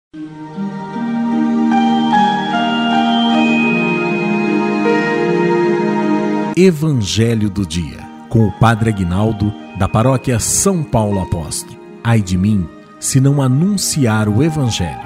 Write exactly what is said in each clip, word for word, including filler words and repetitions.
Evangelho do Dia, com o Padre Aguinaldo, da Paróquia São Paulo Apóstolo. Ai de mim, se não anunciar o Evangelho.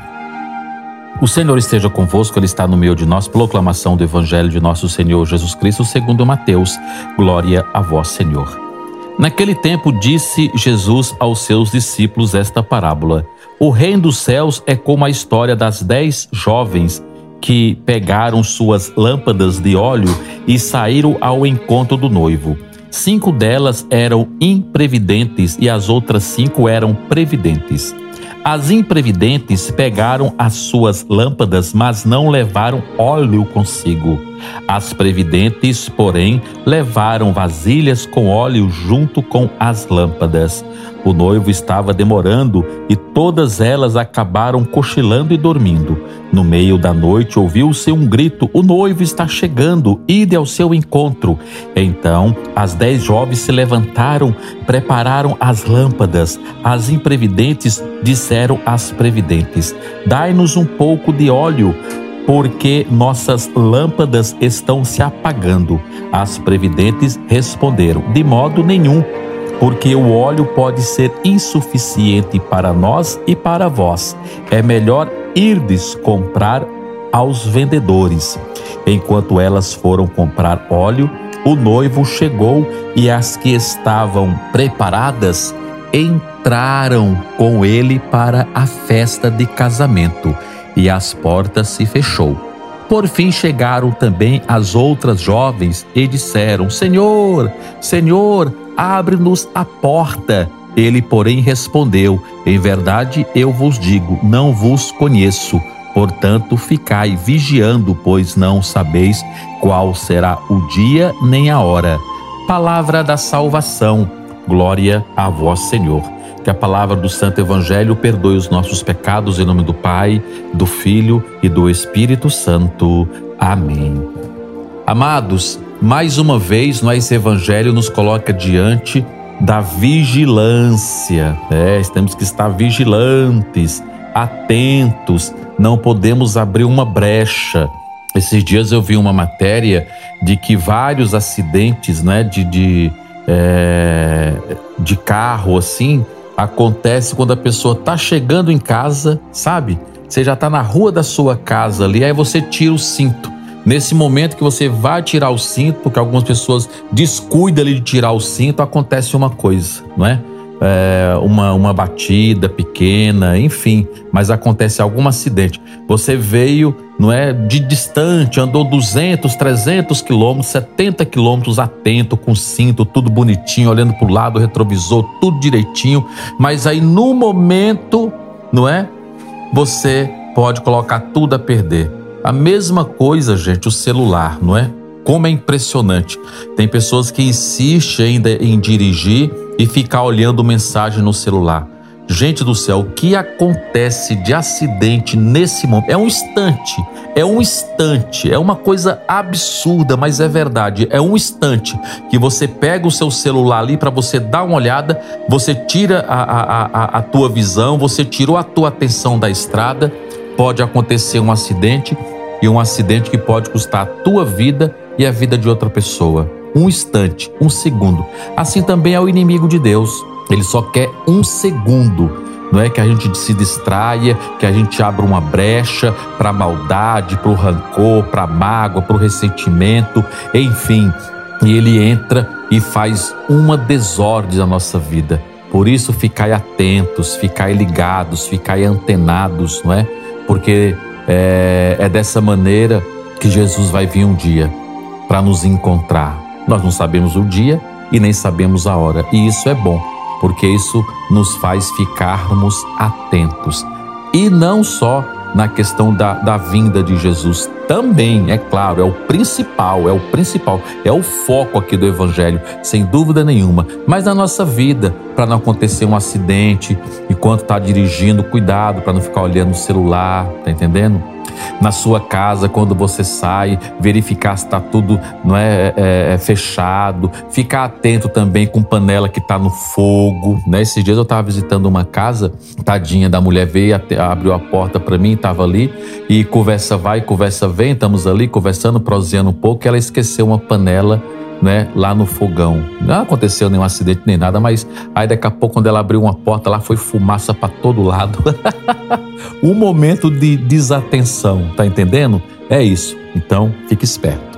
O Senhor esteja convosco, Ele está no meio de nós. Proclamação do Evangelho de nosso Senhor Jesus Cristo segundo Mateus. Glória a vós, Senhor. Naquele tempo disse Jesus aos seus discípulos esta parábola: o reino dos céus é como a história das dez jovens que pegaram suas lâmpadas de óleo e saíram ao encontro do noivo. Cinco delas eram imprevidentes e as outras cinco eram previdentes. As imprevidentes pegaram as suas lâmpadas, mas não levaram óleo consigo. As previdentes, porém, levaram vasilhas com óleo junto com as lâmpadas. O noivo estava demorando e todas elas acabaram cochilando e dormindo. No meio da noite ouviu-se um grito: o noivo está chegando, ide ao seu encontro. Então as dez jovens se levantaram, prepararam as lâmpadas. As imprevidentes disseram às previdentes: dai-nos um pouco de óleo, porque nossas lâmpadas estão se apagando. As previdentes responderam: de modo nenhum, porque o óleo pode ser insuficiente para nós e para vós. É melhor irdes comprar aos vendedores. Enquanto elas foram comprar óleo, o noivo chegou e as que estavam preparadas entraram com ele para a festa de casamento, e as portas se fechou. Por fim chegaram também as outras jovens e disseram: Senhor, Senhor, abre-nos a porta. Ele, porém, respondeu: em verdade eu vos digo, não vos conheço. Portanto, ficai vigiando, pois não sabeis qual será o dia nem a hora. Palavra da salvação. Glória a vós, Senhor. Que a palavra do Santo Evangelho perdoe os nossos pecados, em nome do Pai, do Filho e do Espírito Santo. Amém. Amados, mais uma vez, esse Evangelho nos coloca diante da vigilância. É, temos que estar vigilantes, atentos, não podemos abrir uma brecha. Esses dias eu vi uma matéria de que vários acidentes, né, de, de, é, de carro, assim, acontece quando a pessoa está chegando em casa, sabe? Você já está na rua da sua casa ali, aí você tira o cinto. Nesse momento que você vai tirar o cinto, porque algumas pessoas descuidam ali de tirar o cinto, acontece uma coisa, não é? É uma, uma batida pequena, enfim, mas acontece algum acidente. Você veio, não é, de distante, andou duzentos, trezentos quilômetros, setenta quilômetros atento, com cinto, tudo bonitinho, olhando para o lado, retrovisor, tudo direitinho, mas aí no momento, não é, você pode colocar tudo a perder. A mesma coisa, gente, o celular, não é? Como é impressionante. Tem pessoas que insistem ainda em dirigir e ficar olhando mensagem no celular. Gente do céu, o que acontece de acidente nesse momento? É um instante, é um instante, é uma coisa absurda, mas é verdade. É um instante que você pega o seu celular ali para você dar uma olhada, você tira a, a, a, a tua visão, você tirou a tua atenção da estrada, pode acontecer um acidente, e um acidente que pode custar a tua vida e a vida de outra pessoa. Um instante, um segundo. Assim também é o inimigo de Deus. Ele só quer um segundo, não é? Que a gente se distraia, que a gente abra uma brecha para a maldade, para o rancor, para a mágoa, para o ressentimento, enfim. E ele entra e faz uma desordem na nossa vida. Por isso, ficai atentos, ficai ligados, ficai antenados, não é? Porque é, é dessa maneira que Jesus vai vir um dia para nos encontrar. Nós não sabemos o dia e nem sabemos a hora. E isso é bom, porque isso nos faz ficarmos atentos. E não só na questão da, da vinda de Jesus, também, é claro, é o principal, é o principal, é o foco aqui do Evangelho, sem dúvida nenhuma. Mas na nossa vida, para para não acontecer um acidente enquanto está dirigindo, cuidado para não ficar olhando o celular, tá entendendo? Na sua casa, quando você sai, verificar se está tudo não é, é, é fechado, ficar atento também com panela que está no fogo, né? Esses dias eu estava visitando uma casa, tadinha da mulher veio, abriu a porta para mim, estava ali, e conversa vai, conversa vem, estamos ali conversando, proseando um pouco, e ela esqueceu uma panela, né, lá no fogão. Não aconteceu nenhum acidente nem nada, mas aí daqui a pouco, quando ela abriu uma porta, lá foi fumaça para todo lado. Um momento de desatenção, tá entendendo? É isso. Então, fique esperto.